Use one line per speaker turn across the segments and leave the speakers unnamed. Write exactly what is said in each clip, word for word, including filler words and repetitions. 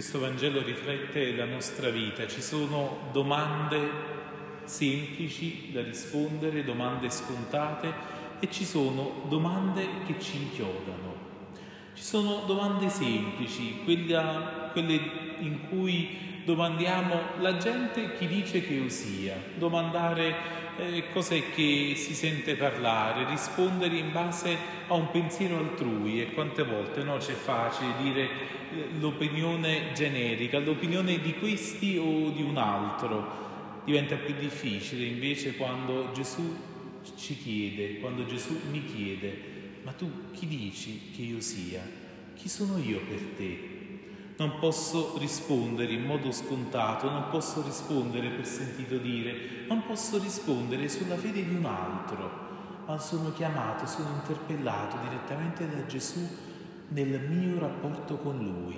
Questo Vangelo riflette la nostra vita, ci sono domande semplici da rispondere, domande scontate e ci sono domande che ci inchiodano. Ci sono domande semplici, quella, quelle in cui domandiamo la gente chi dice che io sia, domandare eh, cos'è che si sente parlare, rispondere in base a un pensiero altrui e quante volte no, c'è facile dire eh, l'opinione generica, l'opinione di questi o di un altro. Diventa più difficile invece quando Gesù ci chiede, quando Gesù mi chiede: ma tu chi dici che io sia? Chi sono io per te? Non posso rispondere in modo scontato, non posso rispondere per sentito dire, non posso rispondere sulla fede di un altro, ma sono chiamato, sono interpellato direttamente da Gesù nel mio rapporto con Lui,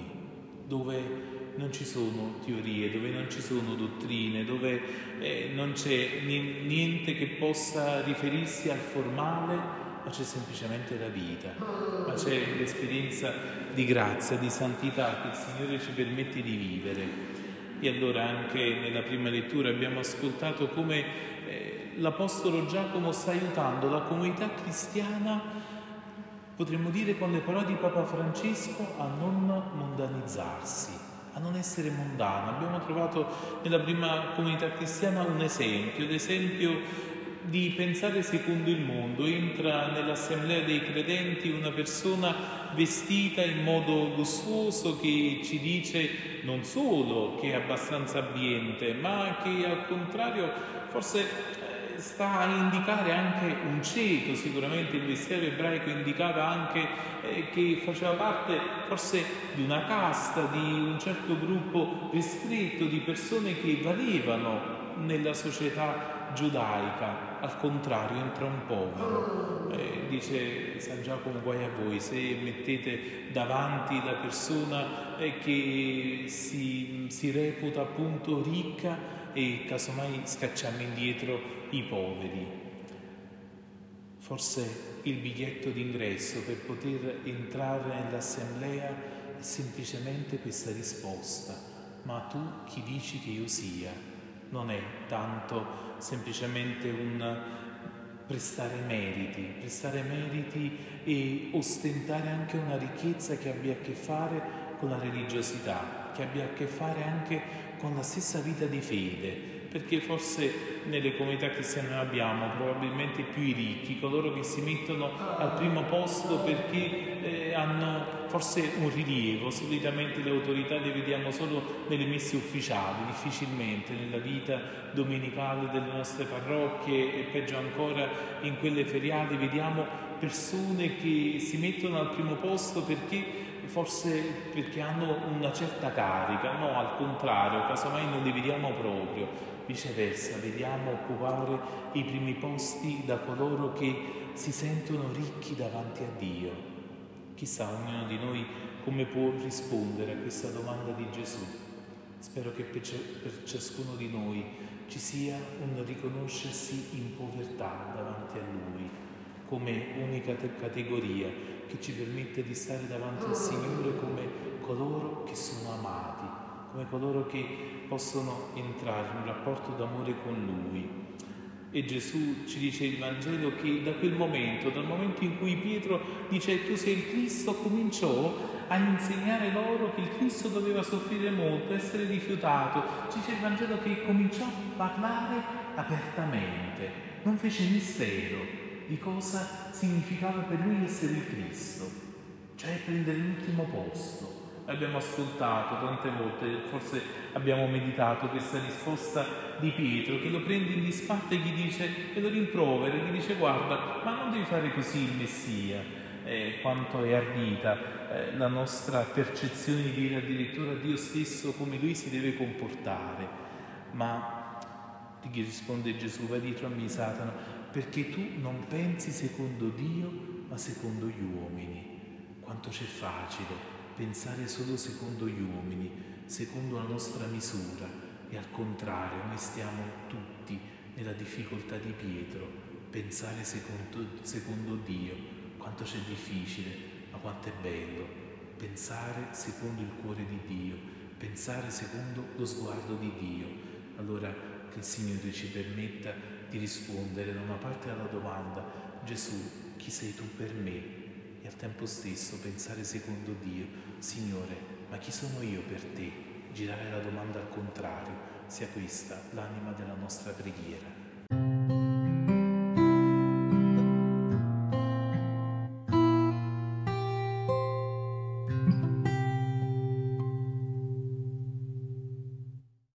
dove non ci sono teorie, dove non ci sono dottrine, dove eh, non c'è niente che possa riferirsi al formale, ma c'è semplicemente la vita, ma c'è l'esperienza di grazia, di santità che il Signore ci permette di vivere. E allora anche nella prima lettura abbiamo ascoltato come eh, l'Apostolo Giacomo sta aiutando la comunità cristiana, potremmo dire con le parole di Papa Francesco, a non mondanizzarsi, a non essere mondano. Abbiamo trovato nella prima comunità cristiana un esempio, l'esempio di pensare secondo il mondo. Entra nell'assemblea dei credenti una persona vestita in modo lussuoso che ci dice non solo che è abbastanza abbiente, ma che al contrario forse sta a indicare anche un ceto. Sicuramente il vestiario ebraico indicava anche eh, che faceva parte forse di una casta, di un certo gruppo ristretto di persone che valevano nella società giudaica. Al contrario entra un povero, eh, dice San Giacomo: guai a voi se mettete davanti la persona eh, che si, si reputa appunto ricca e casomai scacciamo indietro i poveri. Forse il biglietto d'ingresso per poter entrare nell'assemblea è semplicemente questa risposta: ma tu chi dici che io sia? Non è tanto semplicemente un prestare meriti, prestare meriti e ostentare anche una ricchezza che abbia a che fare con la religiosità, che abbia a che fare anche con la stessa vita di fede, perché forse nelle comunità cristiane noi abbiamo probabilmente più i ricchi, coloro che si mettono al primo posto perché eh, hanno forse un rilievo. Solitamente le autorità le vediamo solo nelle messe ufficiali, difficilmente nella vita domenicale delle nostre parrocchie e peggio ancora in quelle feriali vediamo persone che si mettono al primo posto perché forse perché hanno una certa carica. No, al contrario, casomai non li vediamo proprio. Viceversa, vediamo occupare i primi posti da coloro che si sentono ricchi davanti a Dio. Chissà ognuno di noi come può rispondere a questa domanda di Gesù. Spero che per ciascuno di noi ci sia un riconoscersi in povertà davanti a Lui, come unica categoria che ci permette di stare davanti al Signore come coloro che sono amati, come coloro che possono entrare in un rapporto d'amore con Lui. E Gesù ci dice il Vangelo che da quel momento, dal momento in cui Pietro dice tu sei il Cristo, cominciò a insegnare loro che il Cristo doveva soffrire molto, essere rifiutato. Ci dice il Vangelo che cominciò a parlare apertamente, non fece mistero di cosa significava per lui essere il Cristo, cioè prendere l'ultimo posto. Abbiamo ascoltato tante volte, forse abbiamo meditato questa risposta di Pietro che lo prende in disparte e gli dice, e lo rimprovera, gli dice guarda, ma non devi fare così il Messia. Eh, quanto è ardita eh, la nostra percezione di dire addirittura a Dio stesso come Lui si deve comportare. Ma gli risponde Gesù: vai dietro a me, Satana, perché tu non pensi secondo Dio ma secondo gli uomini. Quanto c'è facile pensare solo secondo gli uomini, secondo la nostra misura, e al contrario noi stiamo tutti nella difficoltà di Pietro, pensare secondo, secondo Dio. Quanto c'è difficile, ma quanto è bello pensare secondo il cuore di Dio, pensare secondo lo sguardo di Dio. Allora che il Signore ci permetta di rispondere da una parte alla domanda: Gesù, chi sei tu per me? E al tempo stesso pensare secondo Dio: Signore, ma chi sono io per te? Girare la domanda al contrario. Sia questa l'anima della nostra preghiera.